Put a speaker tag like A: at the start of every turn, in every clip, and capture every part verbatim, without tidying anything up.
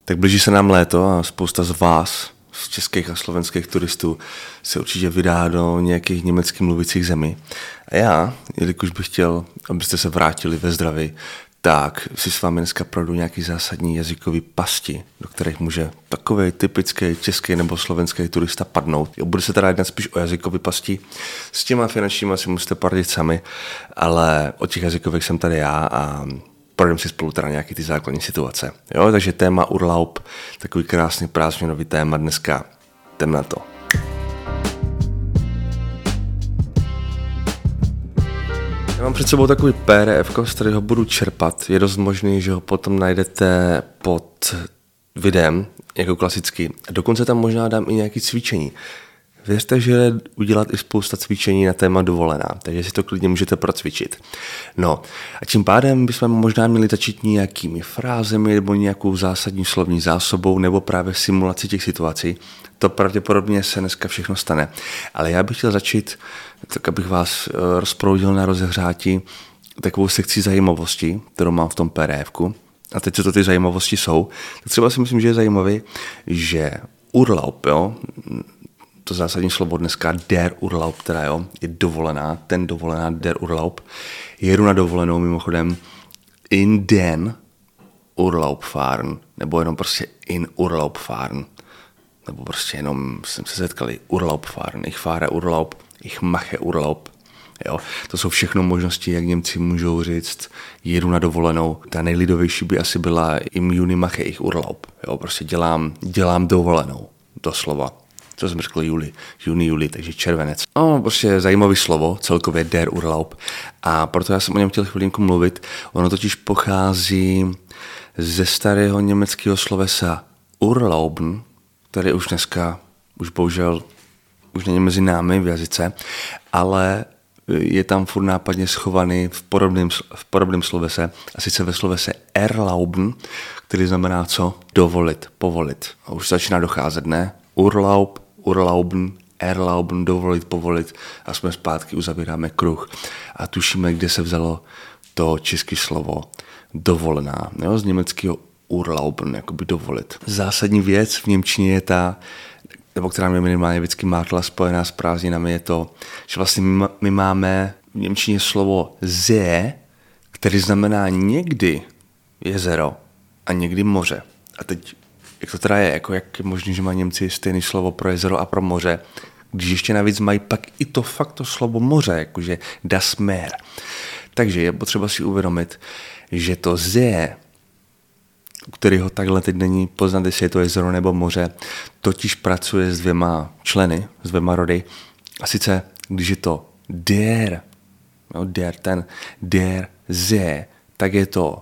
A: Tak blíží se nám léto a spousta z vás, z českých a slovenských turistů, se určitě vydá do nějakých německy mluvících zemí. A já, jelikož bych chtěl, abyste se vrátili ve zdraví, tak si s vámi dneska projdu nějaký zásadní jazykový pasti, do kterých může takový typický český nebo slovenský turista padnout. Jo, bude se teda jednat spíš o jazykový pasti. S těma finančníma si musíte poradit sami, ale o těch jazykových jsem tady já a projdeme si spolu teda nějaký ty základní situace. Jo, takže téma Urlaub, takový krásný prázdninový téma dneska. Jdem na to. Já mám před sebou takový P D F, z kterého budu čerpat. Je dost možný, že ho potom najdete pod videem, jako klasicky. Dokonce tam možná dám i nějaké cvičení. Věřte, že je udělat i spousta cvičení na téma dovolená, takže si to klidně můžete procvičit. No a tím pádem bychom možná měli začít nějakými frázemi nebo nějakou zásadní slovní zásobou nebo právě simulaci těch situací. To pravděpodobně se dneska všechno stane. Ale já bych chtěl začít, tak abych vás rozproudil na rozehřátí takovou sekcí zajímavostí, kterou mám v tom PDFku. A teď, co to ty zajímavosti jsou, tak třeba si myslím, že je zajímavý, že Urlaub, jo, to zásadní slovo dneska, der Urlaub, teda jo, je dovolená, ten dovolená, der Urlaub. Jedu na dovolenou mimochodem in den Urlaub fahren, nebo jenom prostě in Urlaub fahren, nebo prostě jenom jsem se setkali Urlaub fahren, ich fahre Urlaub, ich mache Urlaub. Jo, to jsou všechno možnosti, jak Němci můžou říct, jedu na dovolenou. Ta nejlidovější by asi byla im Juni mache ich Urlaub. Jo, prostě dělám, dělám dovolenou, doslova. Co jsem řekl juli, juni, juli, takže červenec. No, prostě zajímavý slovo, celkově der Urlaub. A proto já jsem o něm chtěl chvilinku mluvit. Ono totiž pochází ze starého německého slovesa Urlauben, který už dneska, už bohužel, už není mezi námi v jazyce, ale je tam furt nápadně schovaný v podobném, v podobném slovese, a sice ve slovese erlauben, který znamená co? Dovolit, povolit. A už začíná docházet, ne? Urlaub, urlauben, erlauben, dovolit, povolit a jsme zpátky, uzavíráme kruh a tušíme, kde se vzalo to české slovo dovolená, jo, z německého urlauben, jakoby dovolit. Zásadní věc v němčině je ta, nebo která mě minimálně vždycky mátla spojená s prázdninami, je to, že vlastně my, my máme v němčině slovo See, který znamená někdy jezero a někdy moře. A teď jak to teda je, jako jak je možné, že mají Němci stejné slovo pro jezero a pro moře, když ještě navíc mají pak i to fakt to slovo moře, jakože das Meer. Takže je potřeba si uvědomit, že to See, u kterého takhle teď není poznat, jestli je to jezero nebo moře, totiž pracuje s dvěma členy, s dvěma rody. A sice, když je to der, no der, ten der See, tak je to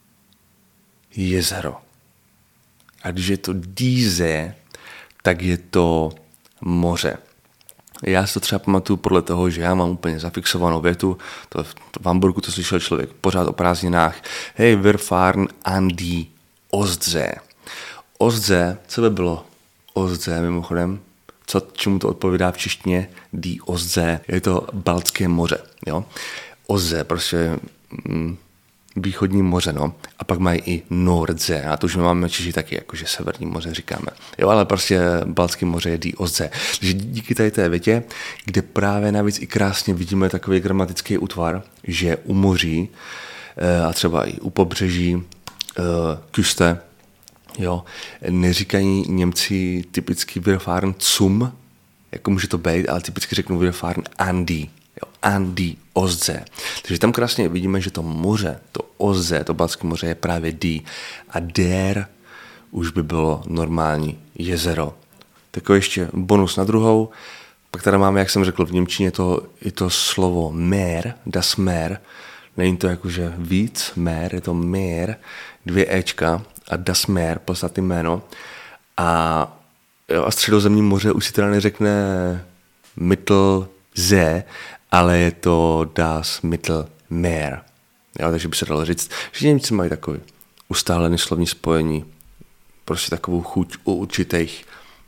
A: jezero. A když je to díze, tak je to moře. Já si to třeba pamatuju podle toho, že já mám úplně zafixovanou větu, to, to v Hamburgu to slyšel člověk pořád o prázdninách. Hej, wir fahren an die Ostsee. Ostsee, co by bylo Ostsee mimochodem? Co, čemu to odpovídá v češtině? Die Ostsee. Je to Baltské moře, jo? Ostsee, prostě mm, východní moře, no. A pak mají i Nordsee. A to už my máme Češi taky, jakože severní moře říkáme. Jo, ale prostě Baltské moře je die Ostsee. Takže díky tady té větě, kde právě navíc i krásně vidíme takový gramatický útvar, že u moří a třeba i u pobřeží Küste, jo, neříkají Němci typicky wir fahren zum, jako může to být, ale typicky řeknou wir fahren an die. Jo, an die Ostsee. Takže tam krásně vidíme, že to moře, to Ostsee, to Baltské moře je právě die a der už by bylo normální jezero. Takový ještě bonus na druhou. Pak tady máme, jak jsem řekl, v němčině to, je to slovo Meer, das Meer. Není to jakože víc, Meer, je to Meer, dvě Ečka a das Meer, podstatné jméno. A, jo, a středozemní moře už si teda neřekne Mittelsee, ale je to das Mittelmeer. Jo, takže by se dalo říct, že Němci mají takový ustálený slovní spojení, prostě takovou chuť u určitých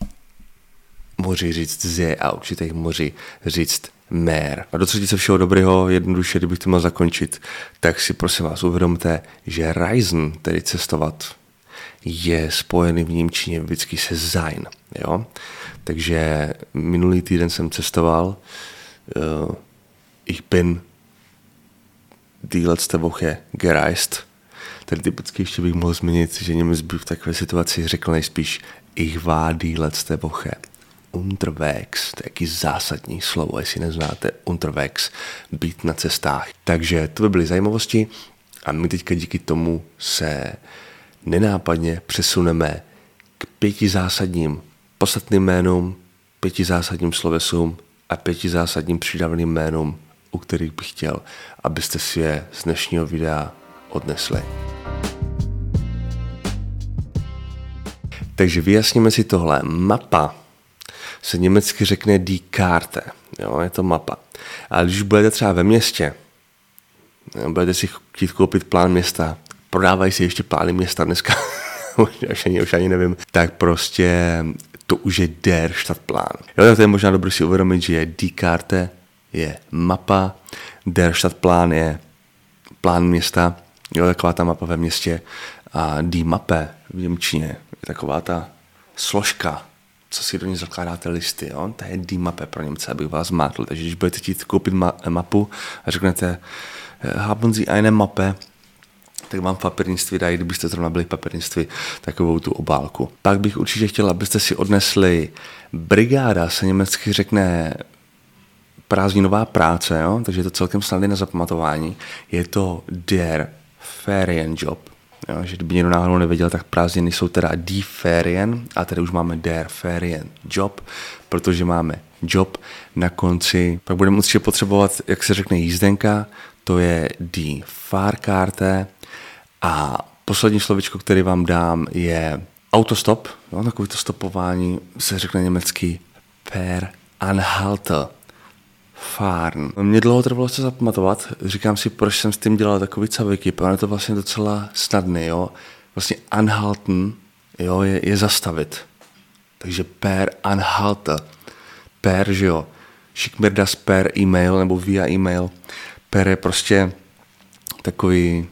A: moří říct ze a určitých moří říct Meer. A do třetice všeho dobrého, jednoduše, kdybych to měl zakončit, tak si prosím vás uvědomte, že reisen, tedy cestovat, je spojený v němčině vždycky se sein. Jo? Takže minulý týden jsem cestoval. Uh, ich bin die letzte Woche gereist. Tady typicky ještě bych mohl zmínit, že Němec by v takové situaci řekl nejspíš ich war die letzte Woche unterwegs. To je jaký zásadní slovo, jestli neznáte unterwegs, být na cestách. Takže to by byly zajímavosti a my teďka díky tomu se nenápadně přesuneme k pěti zásadním podstatným jménům, pěti zásadním slovesům a pěti zásadním přidavaným jménům, u kterých bych chtěl, abyste si je z dnešního videa odnesli. Takže vyjasníme si tohle. Mapa se německy řekne die Karte. Jo, je to mapa. Ale když budete třeba ve městě, budete si chtít koupit plán města, prodávají si ještě plány města dneska, už, ani, už ani nevím, tak prostě to už je der Stadtplan. Jo, to je možná dobré si uvědomit, že je die Karte, je mapa, der Stadtplan je plán města, jo, taková ta mapa ve městě a die Mappe v němčině je taková ta složka, co si do ní zakládáte listy, jo? To je die Mappe pro Němce, abych vás mátl. Takže když budete chtít koupit ma- mapu a řeknete haben Sie eine Mappe, tak vám v papírnictví dají, kdybyste zrovna byli v papírnictví, takovou tu obálku. Pak bych určitě chtěl, abyste si odnesli brigáda, se německy řekne prázdninová práce, jo? Takže je to celkem snadné na zapamatování. Je to der Ferienjob. Jo, že kdyby někdo náhodou nevěděl, tak prázdniny jsou teda die Ferien a tady už máme der Ferienjob, protože máme job na konci. Pak budeme určitě potřebovat, jak se řekne, jízdenka, to je die Fahrkarte a poslední slovičko, který vám dám, je autostop. Jo, takové to stopování se řekne německy per Anhalter. Fahren. Mě dlouho trvalo se zapamatovat, říkám si, proč jsem s tím dělal takový caviky, protože je to vlastně docela snadný, jo. Vlastně anhalten, jo, je, je zastavit. Takže per Anhalter. Per, že jo. Schick mir das per e-mail nebo via e-mail. Per je prostě takový,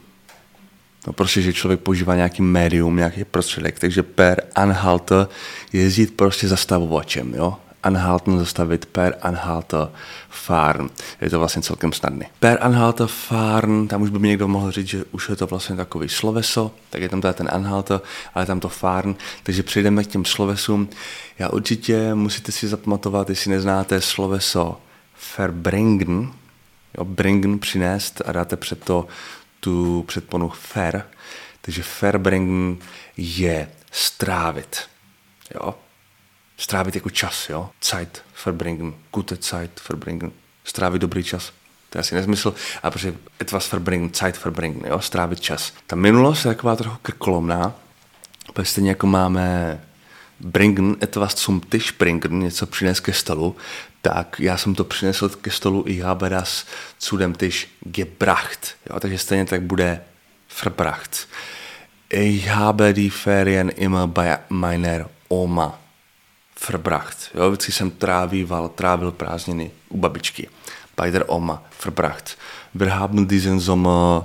A: no prostě, že člověk používá nějaký médium, nějaký prostředek, takže per Anhalter je jezdit prostě zastavovačem, jo. Anhalten zastavit, per Anhalter fahren. Je to vlastně celkem snadný. Per Anhalter fahren, tam už by mi někdo mohl říct, že už je to vlastně takový sloveso, tak je tam teda ten Anhalter, ale tam to fahren, takže přejdeme k těm slovesům. Já určitě musíte si zapamatovat, jestli neznáte sloveso verbringen, jo, bringen, přinést a dáte před to tu předponu fer, takže verbringen je strávit, jo. Strávit jako čas, jo? Zeit verbringen, gute Zeit verbringen, strávit dobrý čas. To je asi nesmysl, ale protože etwas verbringen, Zeit verbringen, jo? Strávit čas. Ta minulost je taková trochu krkolomná, protože stejně jako máme bringen, etwas zum Tisch bringen, něco přinést ke stolu, tak já jsem to přinesl ke stolu, ich habe das zu dem Tisch gebracht, jo? Takže stejně tak bude verbracht. Ich habe die Ferien immer bei meiner Oma verbracht. Jo, vždycky jsem trávíval, trávil prázdniny u babičky. Bei der Oma verbracht. Wir haben diesen Sommer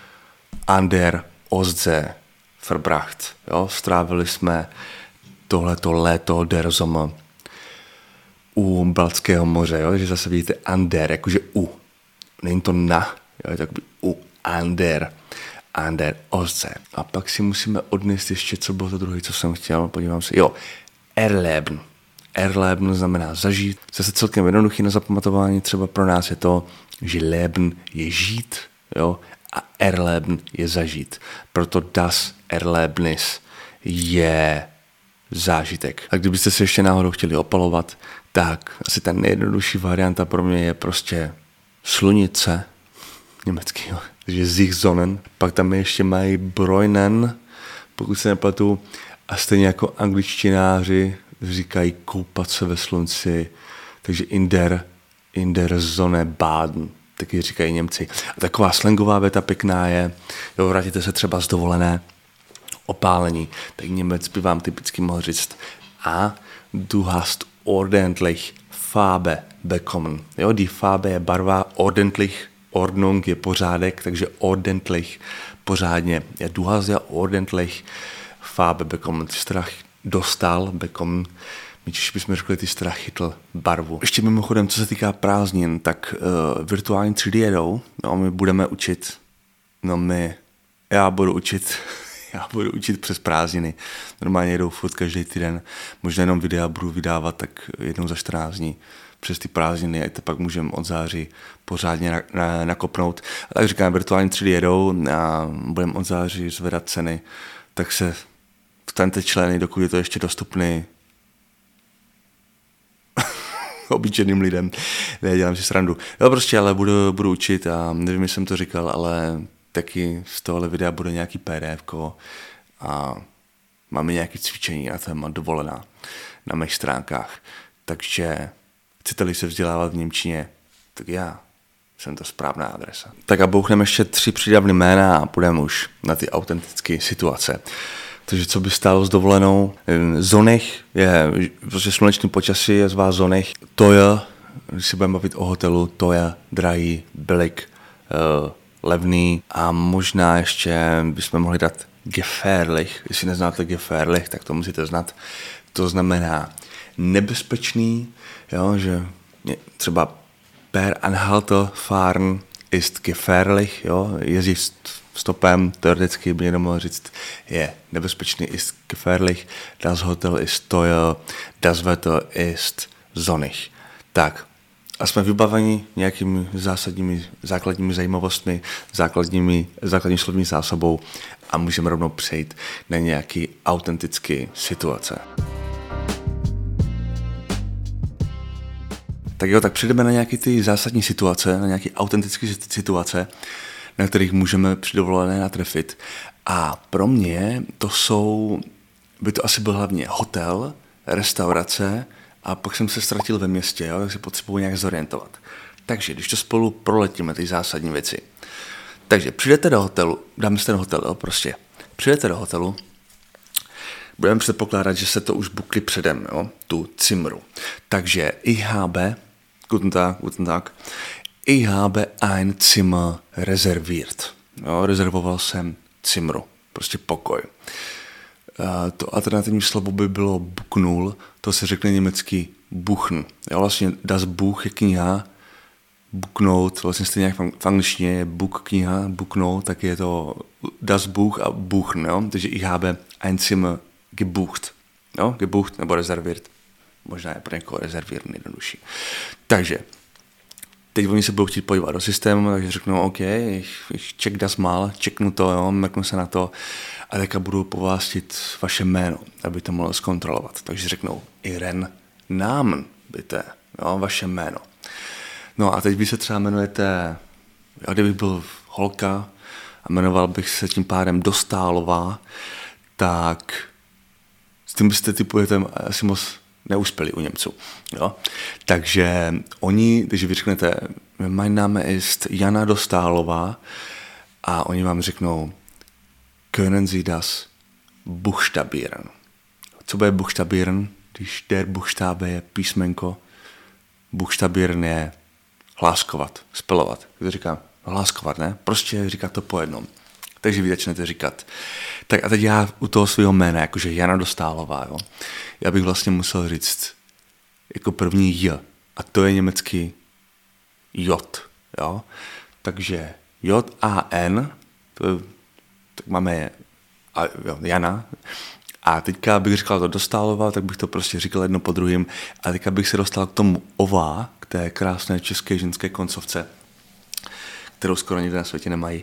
A: an der Ostsee verbracht. Jo, strávili jsme tohleto léto der Sommer u Baltského moře, jo, že zase vidíte an der, jakože u. Není to na, jo, je to jakoby u an der, an der Ostsee. A pak si musíme odnést ještě, co bylo to druhé, co jsem chtěl, podívám se, jo, erleben. Erleben znamená zažít. Zase celkem jednoduchý na zapamatování. Třeba pro nás je to, že leben je žít, jo, a erleben je zažít. Proto das Erlebnis je zážitek. A kdybyste se ještě náhodou chtěli opalovat, tak asi ta nejjednodušší varianta pro mě je prostě slunice, německý, jo. Takže Sichsonnen. Pak tam ještě mají Bräunen, pokud se nepletu, a stejně jako angličtináři říkají koupat se ve slunci, takže in der, in der Sonne baden, taky říkají Němci. A taková slangová věta pěkná je, jo, vrátíte se třeba z dovolené, opálení, tak Němec by vám typicky mohl říct a du hast ordentlich Farbe bekommen. Jo, die Farbe je barva, ordentlich, Ordnung je pořádek, takže ordentlich, pořádně. Ja, du hast ja ordentlich Farbe bekommen, ty strach dostal bekommen, my Češi bychom řekli, ty strach chytl barvu. Ještě mimochodem, co se týká prázdnin, tak uh, virtuální tři dé jedou, no my budeme učit, no my, já budu učit, já budu učit přes prázdniny. Normálně jedou furt každý týden, možná jenom videa budu vydávat tak jednou za čtrnáct dní přes ty prázdniny, a to pak můžeme od září pořádně na, na, nakopnout. A tak říkám, virtuální tři dé jedou a budeme od září zvedat ceny, tak se staňte členy, dokud je to ještě dostupný obyčejným lidem. Ne, dělám si srandu. Jo, prostě, ale budu, budu učit a nevím, jestli jsem to říkal, ale taky z tohohle videa bude nějaký pé dé efko a máme nějaké cvičení na téma dovolená na mých stránkách. Takže chcete-li se vzdělávat v němčině, tak já jsem to správná adresa. Tak a bouchneme ještě tři přídavné jména a půjdeme už na ty autentické situace. Takže co by stálo s dovolenou? Zonech je prostě slunečný počasí, je zvá Zonech. To je, když si budeme bavit o hotelu, to je drahý, bylik, uh, levný a možná ještě bychom mohli dát gefährlich. Jestli neznáte gefährlich, tak to musíte znát. To znamená nebezpečný, jo, že třeba per Anhalter fahren ist gefährlich, jo, jezdit stopem, teoreticky by někdo mohl říct, je nebezpečný, ist gefährlich, das Hotel ist teuer, das Wetter ist sonnig. Tak, a jsme vybaveni nějakými zásadními, základními zajímavostmi, základními, základní slovní zásobou a můžeme rovnou přejít na nějaký autentické situace. Tak jo, tak přijdeme na nějaké ty zásadní situace, na nějaké autentické situace, na kterých můžeme při dovolené natrefit. A pro mě to jsou, by to asi byl hlavně hotel, restaurace a pak jsem se ztratil ve městě, jo, tak se potřebuji nějak zorientovat. Takže když to spolu proletíme, ty zásadní věci. Takže přijdete do hotelu, dáme si ten hotel, jo, prostě. Přijdete do hotelu, budeme předpokládat, že se to už bukli předem, jo, tu Zimmeru. Takže ich habe, guten Tag, guten Tag, ich habe ein Zimmer reserviert. Jo, rezervoval jsem Zimmeru, prostě pokoj. Uh, to alternativní slovo by bylo buknul, to se řekne německy buchen. Jo, vlastně das Buch je kniha, buknout, vlastně stejně jak v angličtině je book kniha, buknout, tak je to das Buch a buchen, jo, takže ich habe ein Zimmer gebucht. Jo, gebucht nebo rezerviert. Možná je pro někoho rezerviert nejjednodušší. Takže teď oni se budou chtít podívat do systému, takže řeknou, OK, check das mal, checknu to, jo, mrknu se na to a teďka budu po vás chtít vaše jméno, aby to mohlo zkontrolovat. Takže řeknou, Iren Namen, byte, jo, vaše jméno. No a teď vy se třeba jmenujete, já kdybych byl holka a jmenoval bych se tím pádem Dostálová, tak s tím byste typujete asi moc neuspěli u Němců. Jo? Takže oni, když vy řeknete, mein Name ist Jana Dostálová a oni vám řeknou, können Sie das buchstabieren? Co bude buchstabieren? Když der Buchstabe je písmenko, buchstabieren je hláskovat, spelovat. Když říkám hláskovat, ne? Prostě říkat to po jednom. Takže vy začnete říkat. Tak a teď já u toho svého jména, jakože Jana Dostálová, jo, já bych vlastně musel říct jako první J. A to je německý J. Jo? Takže J A N, to je, tak máme a, jo, Jana. A teďka bych říkal to Dostálová, tak bych to prostě říkal jedno po druhým. A teďka bych se dostal k tomu ová, k té krásné české ženské koncovce, kterou skoro nikde na světě nemají.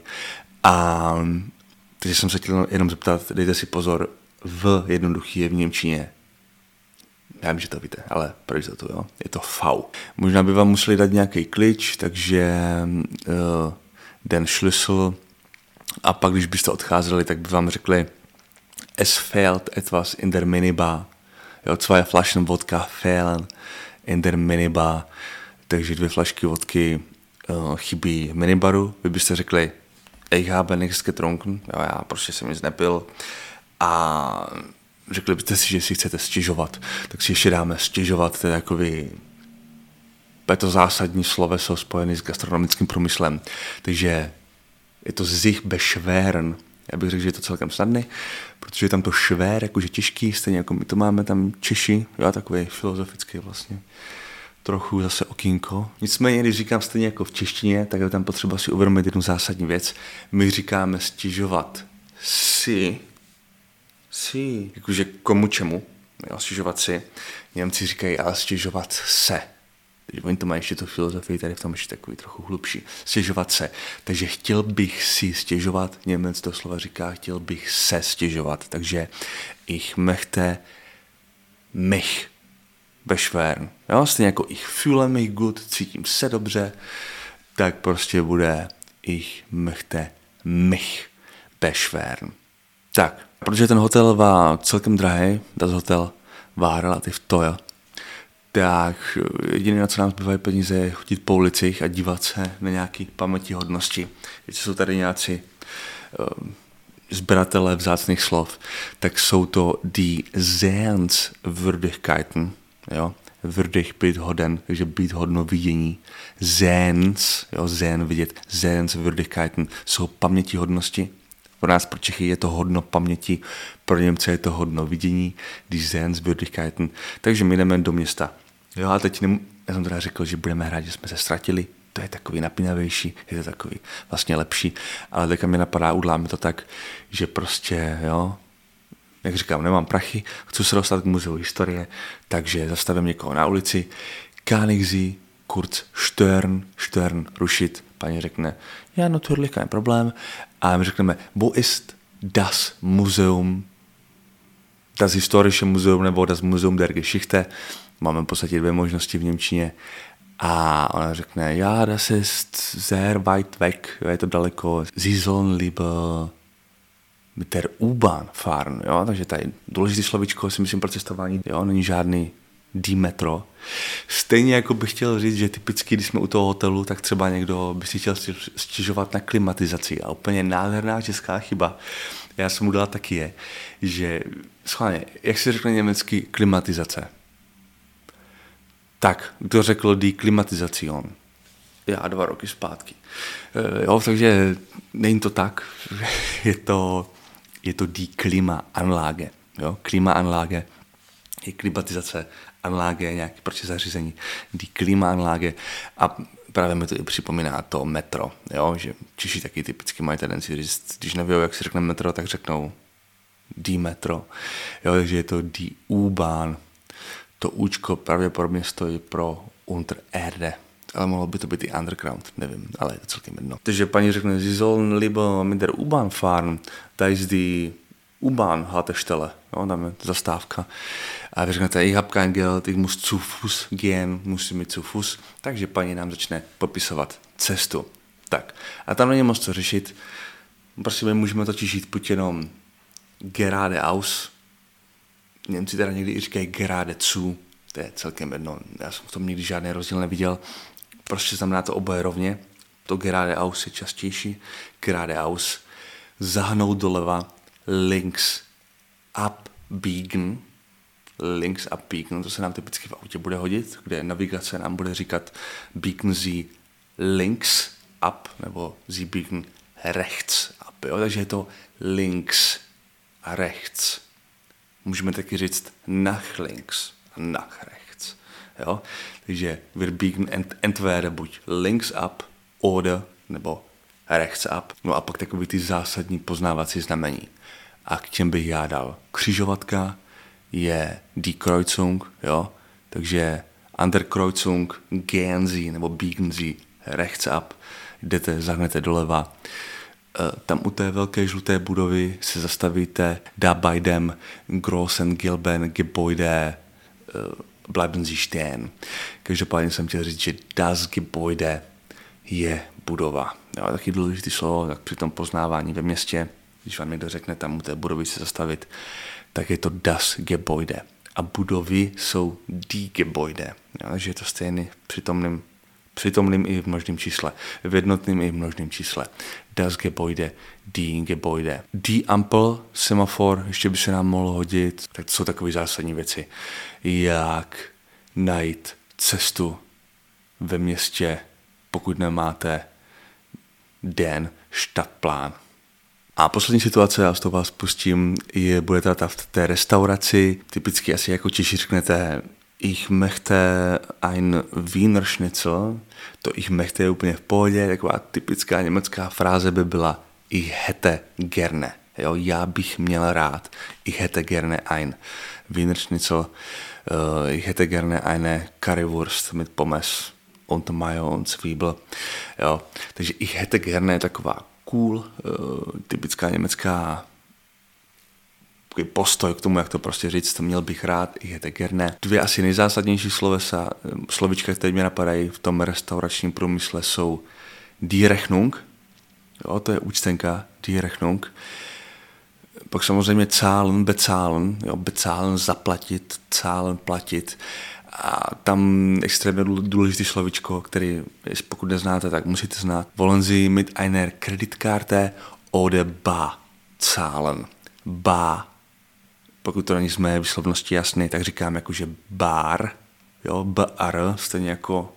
A: A takže jsem se chtěl jenom zeptat, dejte si pozor, v jednoduchý je v němčině. Já vím, že to víte, ale proč to, jo? Je to V. Možná by vám museli dát nějaký klíč, takže uh, den Schlüssel a pak, když byste odcházeli, tak by vám řekli es fehlt etwas in der Minibar. Jo, zwei Flaschen Vodka fehlen in der Minibar. Takže dvě flašky vodky uh, chybí v minibaru. Vy byste řekli ich habe nichts getrunken, jo, já prostě jsem nic nepil a řekli byste si, že si chcete stěžovat, tak si ještě dáme stěžovat, to je takový je to zásadní sloveso spojený s gastronomickým průmyslem, takže je to sich beschweren,
B: Já bych řekl, že je to celkem snadný, protože je tam to švér, jakože těžký, stejně jako my to máme tam Češi, jo, takový filozofický vlastně. Trochu zase okýnko. Nicméně, když říkám stejně jako v češtině, tak je tam potřeba si uvědomit jednu zásadní věc. My říkáme stěžovat si, si, jakože komu čemu, jo, stěžovat si. Němci říkají, ale stěžovat se. Takže oni to mají ještě tu filozofii, tady v tom ještě takový trochu hlubší. Stěžovat se. Takže chtěl bych si stěžovat, Němec to slova říká, chtěl bych se stěžovat. Takže ich möchte mich beschweren. Jo, stejně jako ich fühle mich gut, cítím se dobře, tak prostě bude ich möchte mich beschweren. Tak, protože ten hotel var celkem drahý, das Hotel war relativ teuer, tak jediné, na co nám zbývají peníze, je chodit po ulicích a dívat se na nějaké pamětihodnosti. Když jsou tady nějací um, sběratelé vzácných slov, tak jsou to die Sehenswürdigkeiten, jo, würdig být hoden, takže být hodno vidění. Sehens, jo, sehen vidět, Sehenswürdigkeiten jsou pamětihodnosti. Pro nás, pro Čechy, je to hodno paměti, pro Němce je to hodno vidění, die Sehenswürdigkeiten. Takže my jdeme do města. Jo, a teď nem, já jsem teda řekl, že budeme hrát, že jsme se ztratili, to je takový napínavější, je to takový vlastně lepší, ale teďka mi napadá, uděláme to tak, že prostě, jo, jak říkám, nemám prachy, chci se dostat k muzeu historie, takže zastavím někoho na ulici, kann ich Sie kurz stören, stören, rušit, paní řekne, ja, natürlich, kein Problém, a my řekneme, wo ist das Museum, das historische Museum nebo das Museum der Geschichte, máme v podstatě dvě možnosti v němčině, a ona řekne, ja, das ist sehr weit weg, je to daleko, Sie sollen lieber mit der U-Bahn fahren, jo, takže tady důležitý slovíčko, si myslím, pro cestování, jo, není žádný D-metro. Stejně jako bych chtěl říct, že typicky, když jsme u toho hotelu, tak třeba někdo by si chtěl stěžovat na klimatizaci a úplně nádherná česká chyba, já jsem udělal taky je, že schválně, jak se řekne německy klimatizace? Tak, kdo řekl die Klimatisation? Já dva roky zpátky. E, jo, takže není to tak, je to, je to die Klimaanlage. Jo? Klimaanlage je klimatizace, Anlage je nějaké prostě zařízení, die Klimaanlage, a právě mi to i připomíná to metro, jo? Že Češi taky typicky mají tendenci říct, když neví, jak si řekne metro, tak řeknou die metro, jo? Takže je to die U-Bahn, to účko pravděpodobně stojí pro Untererde, ale mohlo by to být i underground, nevím, ale je to celkem jedno. Takže paní řekne, Sie sollen lieber mit der U-Bahn fahren, da ist die U-Bahn Haltestelle, jo, tam je zastávka. A vy řeknete, ich hab kein Geld, ich muss zu Fuß gehen, musím jít zu Fuß, takže paní nám začne popisovat cestu. Tak, a tam není moc co řešit, prostě my můžeme totiž jít buď jenom geradeaus, Němci teda někdy i říkají geradezu, to je celkem jedno, já jsem v tom nikdy žádný rozdíl neviděl, prostě znamená to oboje rovně, to geradeaus je častější, geradeaus, zahnout doleva, links abbiegen, links abbiegen, to se nám typicky v autě bude hodit, kde navigace nám bude říkat biegen Sie links ab, nebo Sie biegen rechts ab, jo? Takže je to links a rechts. Můžeme taky říct nach links a nach rechts, jo? Takže wir biegen ent, entweder buď links ab, oder, nebo rechts ab, no a pak takový ty zásadní poznávací znamení. A k těm bych já dal křižovatka, je die Kreuzung, jo, takže an der Kreuzung gehen Sie nebo biegen Sie rechts ab, jdete, zahnete doleva, e, tam u té velké žluté budovy se zastavíte, da bei dem großen gelben Gebäude e, bleiben Sie stehen. Každopádně jsem chtěl říct, že das Gebäude je budova. Jo, taky důležitý slovo, tak při tom poznávání ve městě, když vám někdo řekne tam u té budovy se zastavit, tak je to das Gebäude. A budovy jsou die Gebäude. Jo, takže je to stejný přitomným, přitomným i v množném čísle. V jednotném i v množném čísle. Das Gebäude, die Gebäude. Die Ampel, semafor, ještě by se nám mohlo hodit. Tak to jsou takové zásadní věci. Jak najít cestu ve městě, pokud nemáte den Stadtplan A poslední situace, já z toho vás pustím, je, budete ta v té restauraci, typicky asi jako Češi řeknete, ich möchte ein Wiener Schnitzel, to ich möchte je úplně v pohodě, taková typická německá fráze by byla ich hätte gerne, jo, já bych měl rád, ich hätte gerne ein Wiener Schnitzel, uh, ich hätte gerne eine Currywurst mit Pommes und Mayo und Zwiebel, jo, takže ich hätte gerne je taková cool, uh, typická německá postoj k tomu, jak to prostě říct, to měl bych rád, ich hätte gerne. Dvě asi nejzásadnější slovesa, slovička, které mě napadají v tom restauračním průmysle, jsou die Rechnung, jo, to je účtenka, die Rechnung. Pak samozřejmě zahlen, bezahlen, jo, bezahlen, zaplatit, zahlen, platit. A tam extrémně důležitý slovičko, který, pokud neznáte, tak musíte znát. Wollen Sie mit einer Kreditkarte oder bar zahlen? Bar. Pokud to není z mé výslovnosti jasný, tak říkám jakože bar, jo, bar, stejně jako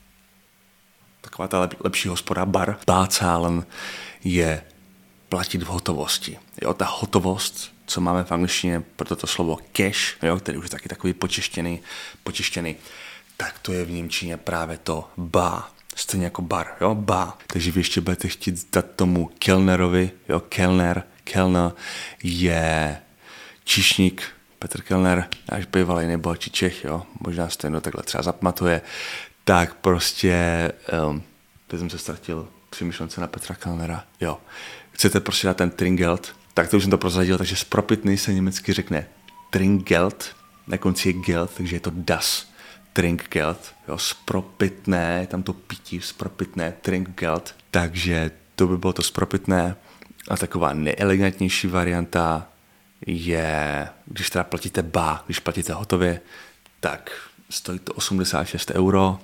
B: taková ta lepší hospoda, bar. Bar zahlen je platit v hotovosti. Jo, ta hotovost, co máme v angličtině pro toto slovo cash, jo, který už je taky takový počištěný, počištěný, tak to je v němčině právě to bar, stejně jako bar, jo, bar. Takže vy ještě budete chtít dát tomu Kellnerovi, jo, Kellner, Kellner je číšník, Petr Kellner, náš bývalý nejbohatší Čech, jo, možná se to takhle třeba zapamatuje, tak prostě, um, teď jsem se ztratil při myšlence na Petra Kellnera, jo, chcete prostě dát ten Trinkgeld, tak to už jsem to prozradil, takže spropitný se německy řekne Trinkgeld, na konci je Geld, takže je to das Trinkgeld, jo, spropitné, je tam to pití, spropitné, Trinkgeld, takže to by bylo to spropitné a taková neelegantnější varianta je, když teda platíte ba, když platíte hotově, tak stojí to osmdesát šest euro,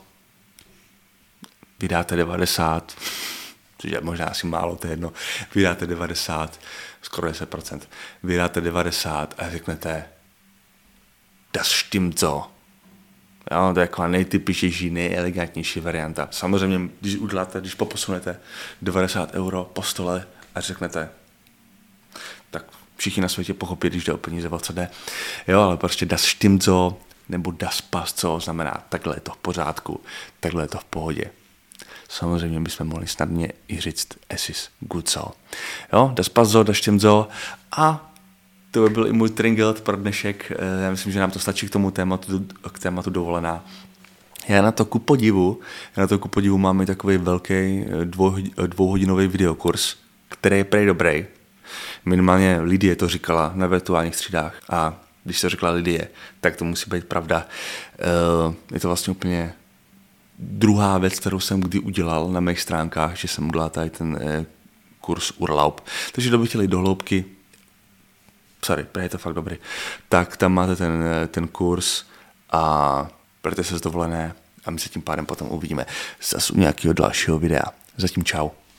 B: vydáte devadesát, což je možná asi málo, to je jedno, vydáte devadesát, skoro deset procent, vydáte devadesát a řeknete das stimmt so. Jo, to je taková nejtypičtější, nejelegantnější varianta. Samozřejmě, když uděláte, když poposunete devadesát euro po stole a řeknete, tak všichni na světě pochopí, když jde o peníze, o co jde. Jo, ale prostě das stimmt so, nebo das passt so, znamená, takhle je to v pořádku, takhle je to v pohodě. Samozřejmě bychom mohli snadně i říct es ist gut so. Jo, das passt so, das stimmt so. A to by byl i můj Trinkgeld pro dnešek. Já myslím, že nám to stačí k tomu tématu, k tématu dovolená. Já na to ku podivu, já na to ku podivu mám i takový velký dvou, dvouhodinový videokurs, který je prej dobrý. Minimálně Lidie to říkala na virtuálních třídách a když to řekla Lidie, tak to musí být pravda. Je to vlastně úplně druhá věc, kterou jsem kdy udělal na mých stránkách, že jsem udělal tady ten eh, kurz Urlaub. Takže kdo by chtěli do hloubky, sorry, je to fakt dobrý, tak tam máte ten, ten kurz a berte se z dovolené a my se tím pádem potom uvidíme zase u nějakého dalšího videa. Zatím čau.